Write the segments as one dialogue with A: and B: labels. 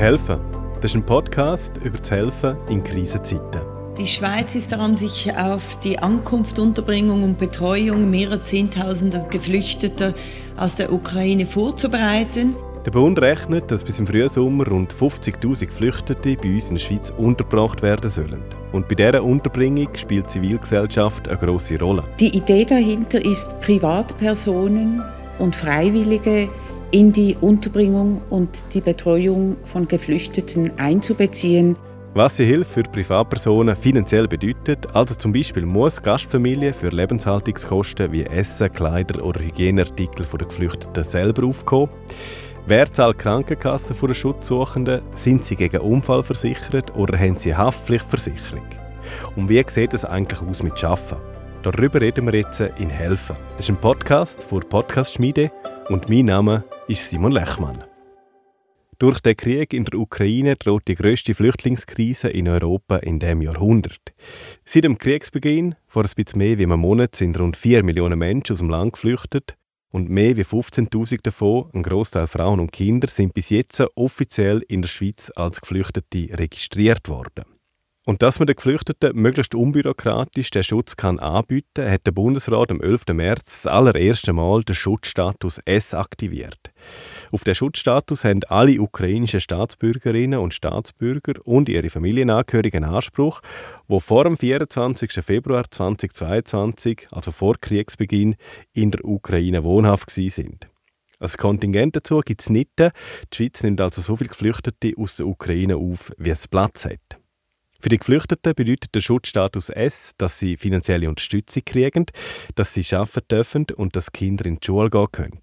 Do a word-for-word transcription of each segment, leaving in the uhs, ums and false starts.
A: Helfen. Das ist ein Podcast über das Helfen in Krisenzeiten.
B: Die Schweiz ist daran, sich auf die Ankunft, Unterbringung und Betreuung mehrerer Zehntausender Geflüchteter aus der Ukraine vorzubereiten.
A: Der Bund rechnet, dass bis im Frühsommer rund fünfzigtausend Geflüchtete bei uns in der Schweiz untergebracht werden sollen. Und bei dieser Unterbringung spielt die Zivilgesellschaft eine grosse Rolle.
C: Die Idee dahinter ist, Privatpersonen und Freiwillige in die Unterbringung und die Betreuung von Geflüchteten einzubeziehen.
A: Was die Hilfe für Privatpersonen finanziell bedeutet, also zum Beispiel muss Gastfamilien für Lebenshaltungskosten wie Essen, Kleider oder Hygieneartikel der Geflüchteten selber aufkommen. Wer zahlt die Krankenkasse der Schutzsuchenden? Sind sie gegen Unfall versichert oder haben sie eine Haftpflichtversicherung? Und wie sieht es eigentlich aus mit Arbeiten? Darüber reden wir jetzt in «Helfen». Das ist ein Podcast von Podcast Schmiede und mein Name ist Simon Lechmann. Durch den Krieg in der Ukraine droht die grösste Flüchtlingskrise in Europa in diesem Jahrhundert. Seit dem Kriegsbeginn, vor ein bisschen mehr als einem Monat, sind rund vier Millionen Menschen aus dem Land geflüchtet und mehr als fünfzehntausend davon, ein Grossteil Frauen und Kinder, sind bis jetzt offiziell in der Schweiz als Geflüchtete registriert worden. Und dass man den Geflüchteten möglichst unbürokratisch den Schutz kann anbieten, hat der Bundesrat am elften März das allererste Mal den Schutzstatus S aktiviert. Auf den Schutzstatus haben alle ukrainischen Staatsbürgerinnen und Staatsbürger und ihre Familienangehörigen Anspruch, die vor dem vierundzwanzigsten Februar zweitausendzweiundzwanzig, also vor Kriegsbeginn, in der Ukraine wohnhaft waren. Als Kontingent dazu gibt es nicht. Die Schweiz nimmt also so viele Geflüchtete aus der Ukraine auf, wie es Platz hat. Für die Geflüchteten bedeutet der Schutzstatus S, dass sie finanzielle Unterstützung kriegen, dass sie arbeiten dürfen und dass Kinder in die Schule gehen können.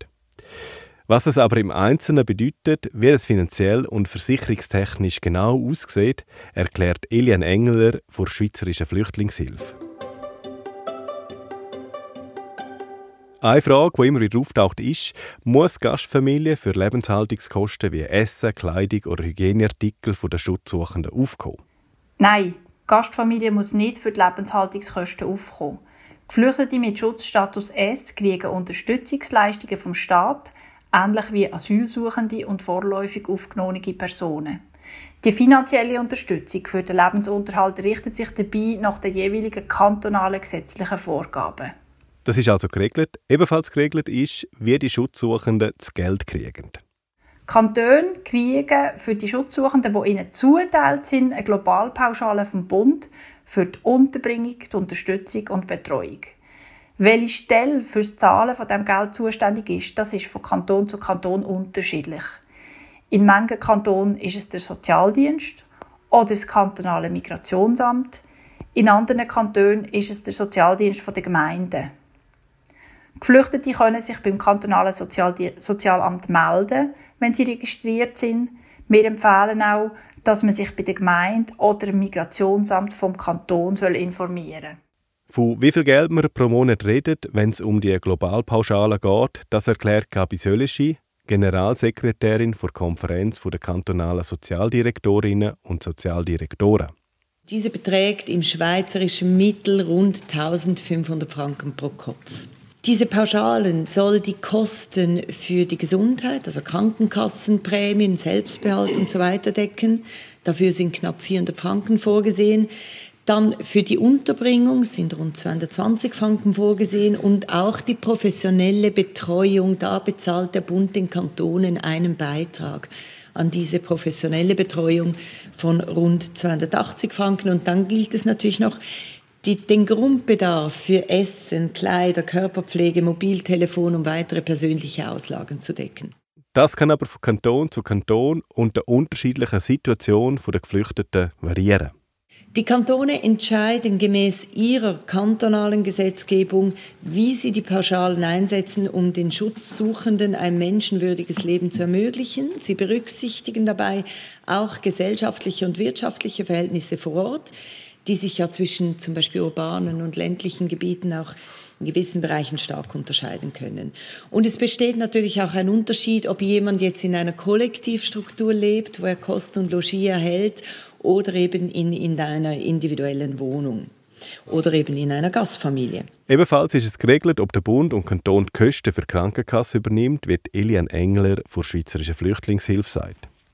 A: Was es aber im Einzelnen bedeutet, wie es finanziell und versicherungstechnisch genau aussieht, erklärt Eliane Engler von der Schweizerischen Flüchtlingshilfe. Eine Frage, die immer wieder auftaucht, ist, muss Gastfamilien für Lebenshaltungskosten wie Essen, Kleidung oder Hygieneartikel der Schutzsuchenden aufkommen?
D: Nein, Gastfamilie muss nicht für die Lebenshaltungskosten aufkommen. Geflüchtete mit Schutzstatus S kriegen Unterstützungsleistungen vom Staat, ähnlich wie Asylsuchende und vorläufig aufgenommene Personen. Die finanzielle Unterstützung für den Lebensunterhalt richtet sich dabei nach den jeweiligen kantonalen gesetzlichen Vorgaben.
A: Das ist also geregelt. Ebenfalls geregelt ist, wie die Schutzsuchenden das Geld kriegen.
D: Kantone kriegen für die Schutzsuchenden, die ihnen zugeteilt sind, eine Globalpauschale vom Bund für die Unterbringung, die Unterstützung und die Betreuung. Welche Stelle für das Zahlen von diesem Geld zuständig ist, das ist von Kanton zu Kanton unterschiedlich. In manchen Kantonen ist es der Sozialdienst oder das kantonale Migrationsamt. In anderen Kantonen ist es der Sozialdienst der Gemeinden. Geflüchtete können sich beim kantonalen Sozialdi- Sozialamt melden, wenn sie registriert sind. Wir empfehlen auch, dass man sich bei der Gemeinde oder dem Migrationsamt vom Kanton informieren soll.
A: Von wie viel Geld man pro Monat redet, wenn es um die Globalpauschale geht, das erklärt Gabi Söleschi, Generalsekretärin der Konferenz der kantonalen Sozialdirektorinnen und Sozialdirektoren.
B: Diese beträgt im schweizerischen Mittel rund eintausendfünfhundert Franken pro Kopf. Diese Pauschalen soll die Kosten für die Gesundheit, also Krankenkassenprämien, Selbstbehalt und so weiter decken. Dafür sind knapp vierhundert Franken vorgesehen. Dann für die Unterbringung sind rund zweihundertzwanzig Franken vorgesehen und auch die professionelle Betreuung, da bezahlt der Bund den Kantonen einen Beitrag an diese professionelle Betreuung von rund zweihundertachtzig Franken. Und dann gilt es natürlich noch, die, den Grundbedarf für Essen, Kleider, Körperpflege, Mobiltelefon und weitere persönliche Auslagen zu decken.
A: Das kann aber von Kanton zu Kanton und der unterschiedlichen Situation der Geflüchteten variieren.
B: Die Kantone entscheiden gemäß ihrer kantonalen Gesetzgebung, wie sie die Pauschalen einsetzen, um den Schutzsuchenden ein menschenwürdiges Leben zu ermöglichen. Sie berücksichtigen dabei auch gesellschaftliche und wirtschaftliche Verhältnisse vor Ort, die sich ja zwischen zum Beispiel urbanen und ländlichen Gebieten auch in gewissen Bereichen stark unterscheiden können. Und es besteht natürlich auch ein Unterschied, ob jemand jetzt in einer Kollektivstruktur lebt, wo er Kost und Logis erhält, oder eben in, in einer individuellen Wohnung oder eben in einer Gastfamilie.
A: Ebenfalls ist es geregelt, ob der Bund und Kanton die Kosten für die Krankenkasse übernimmt, wie Eliane Engler von der Schweizerischen Flüchtlingshilfe sagt.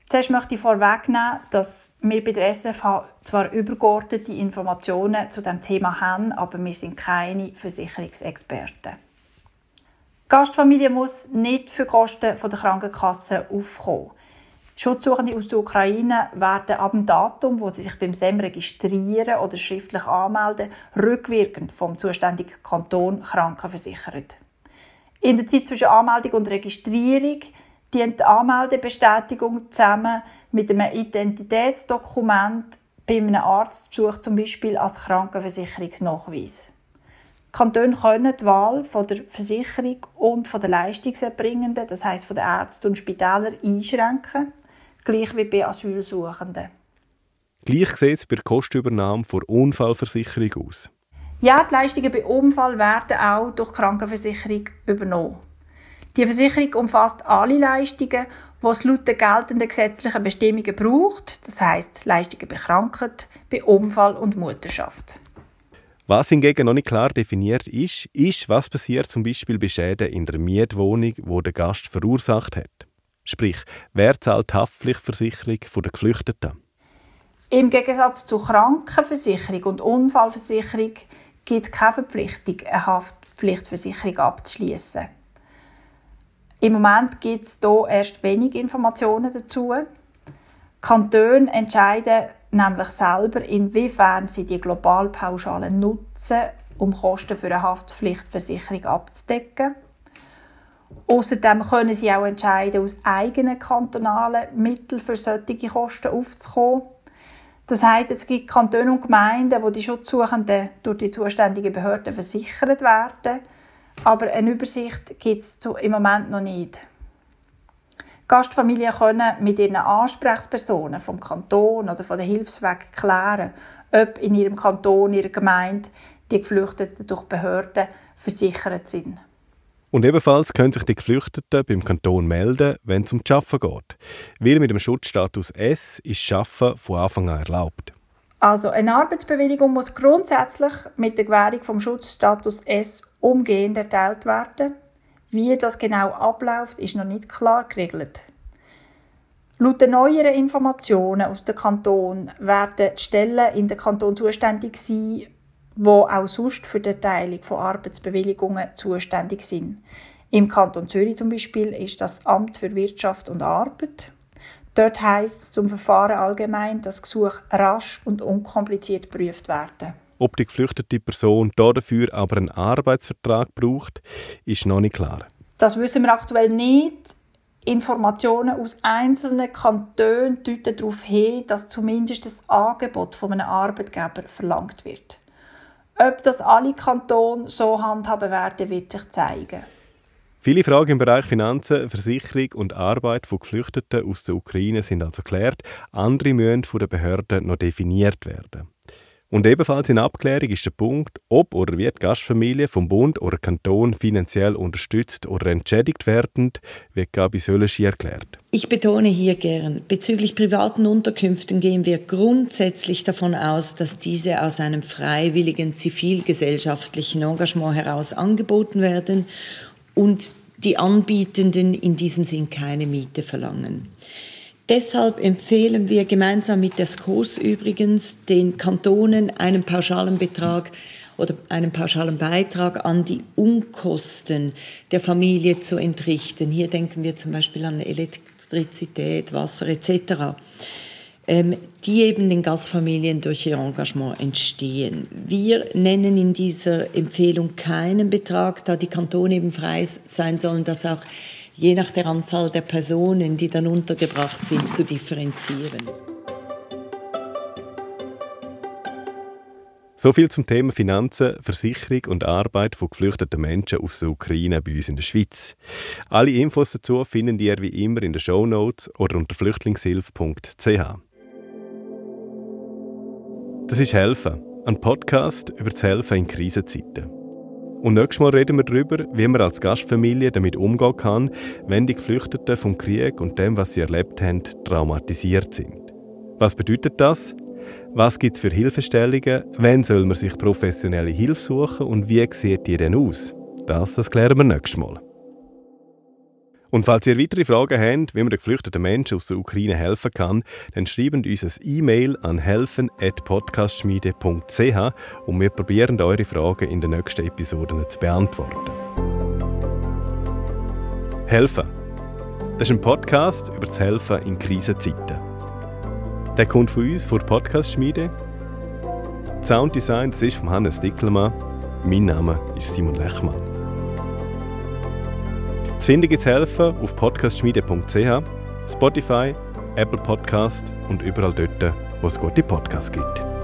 D: Zuerst möchte ich vorwegnehmen, dass wir bei der S F H zwar übergeordnete Informationen zu diesem Thema haben, aber wir sind keine Versicherungsexperten. Die Gastfamilie muss nicht für die Kosten der Krankenkasse aufkommen. Schutzsuchende aus der Ukraine werden ab dem Datum, wo sie sich beim S E M registrieren oder schriftlich anmelden, rückwirkend vom zuständigen Kanton krankenversichert. In der Zeit zwischen Anmeldung und Registrierung dient die Anmeldebestätigung zusammen mit einem Identitätsdokument bei einem Arztbesuch zum Beispiel als Krankenversicherungsnachweis. Die Kantone können die Wahl von der Versicherung und von der Leistungserbringenden, das heisst von den Ärzten und Spitälern, einschränken, gleich wie bei Asylsuchenden.
A: Gleich sieht es bei der Kostenübernahme der Unfallversicherung aus.
D: Ja, die Leistungen bei Unfall werden auch durch die Krankenversicherung übernommen. Die Versicherung umfasst alle Leistungen, die es laut den geltenden gesetzlichen Bestimmungen braucht, das heisst Leistungen bei Krankheit, bei Unfall und Mutterschaft.
A: Was hingegen noch nicht klar definiert ist, ist, was passiert zum Beispiel bei Schäden in der Mietwohnung, die der Gast verursacht hat. Sprich, wer zahlt die Haftpflichtversicherung der Geflüchteten?
D: Im Gegensatz zur Krankenversicherung und Unfallversicherung gibt es keine Verpflichtung, eine Haftpflichtversicherung abzuschließen. Im Moment gibt es hier erst wenig Informationen dazu. Die Kantone entscheiden nämlich selber, inwiefern sie die Globalpauschale nutzen, um Kosten für eine Haftpflichtversicherung abzudecken. Außerdem können sie auch entscheiden, aus eigenen kantonalen Mitteln für solche Kosten aufzukommen. Das heisst, es gibt Kantone und Gemeinden, wo die Schutzsuchenden durch die zuständigen Behörden versichert werden, aber eine Übersicht gibt es im Moment noch nicht. Gastfamilien können mit ihren Ansprechpersonen vom Kanton oder von den Hilfswegen klären, ob in ihrem Kanton, ihrer Gemeinde die Geflüchteten durch Behörden versichert sind.
A: Und ebenfalls können sich die Geflüchteten beim Kanton melden, wenn es um das Arbeiten geht. Weil mit dem Schutzstatus S ist das Arbeiten von Anfang an erlaubt.
D: Also eine Arbeitsbewilligung muss grundsätzlich mit der Gewährung vom Schutzstatus S umgehend erteilt werden. Wie das genau abläuft, ist noch nicht klar geregelt. Laut den neueren Informationen aus dem Kanton werden die Stellen in den Kanton zuständig sein, die auch sonst für die Erteilung von Arbeitsbewilligungen zuständig sind. Im Kanton Zürich zum Beispiel ist das Amt für Wirtschaft und Arbeit. Dort heisst es zum Verfahren allgemein, dass Gesuche rasch und unkompliziert geprüft werden.
A: Ob die geflüchtete Person dafür aber einen Arbeitsvertrag braucht, ist noch nicht klar.
D: Das wissen wir aktuell nicht. Informationen aus einzelnen Kantonen deuten darauf hin, dass zumindest das Angebot von einem Arbeitgeber verlangt wird. Ob das alle Kantone so handhaben werden, wird sich zeigen.
A: Viele Fragen im Bereich Finanzen, Versicherung und Arbeit von Geflüchteten aus der Ukraine sind also geklärt. Andere müssen von den Behörden noch definiert werden. Und ebenfalls in Abklärung ist der Punkt, ob oder wie die Gastfamilie vom Bund oder Kanton finanziell unterstützt oder entschädigt werden, wie Gabi Söleschi erklärt.
B: Ich betone hier gern, bezüglich privaten Unterkünften gehen wir grundsätzlich davon aus, dass diese aus einem freiwilligen zivilgesellschaftlichen Engagement heraus angeboten werden und die Anbietenden in diesem Sinn keine Miete verlangen. Deshalb empfehlen wir gemeinsam mit der S K O S übrigens den Kantonen einen pauschalen Betrag oder einen pauschalen Beitrag an die Unkosten der Familie zu entrichten. Hier denken wir zum Beispiel an Elektrizität, Wasser et cetera, ähm, die eben den Gastfamilien durch ihr Engagement entstehen. Wir nennen in dieser Empfehlung keinen Betrag, da die Kantone eben frei sein sollen, das auch je nach der Anzahl der Personen, die dann untergebracht sind, zu differenzieren.
A: So viel zum Thema Finanzen, Versicherung und Arbeit von geflüchteten Menschen aus der Ukraine bei uns in der Schweiz. Alle Infos dazu finden ihr wie immer in den Shownotes oder unter flüchtlingshilfe punkt c h. Das ist «Helfen», ein Podcast über das Helfen in Krisenzeiten. Und nächstes Mal reden wir darüber, wie man als Gastfamilie damit umgehen kann, wenn die Geflüchteten vom Krieg und dem, was sie erlebt haben, traumatisiert sind. Was bedeutet das? Was gibt es für Hilfestellungen? Wann soll man sich professionelle Hilfe suchen und wie sieht die denn aus? Das, das klären wir nächstes Mal. Und falls ihr weitere Fragen habt, wie man den geflüchteten Menschen aus der Ukraine helfen kann, dann schreibt uns ein E-Mail an helfen at podcastschmiede punkt c h und wir probieren eure Fragen in den nächsten Episoden zu beantworten. Helfen. Das ist ein Podcast über das Helfen in Krisenzeiten. Der kommt von uns, von der Podcast-Schmiede. Das Sounddesign das ist von Hannes Dickelmann. Mein Name ist Simon Lechmann. Zu finden gibt es Helfen auf podcastschmiede punkt c h, Spotify, Apple Podcast und überall dort, wo es gute Podcasts gibt.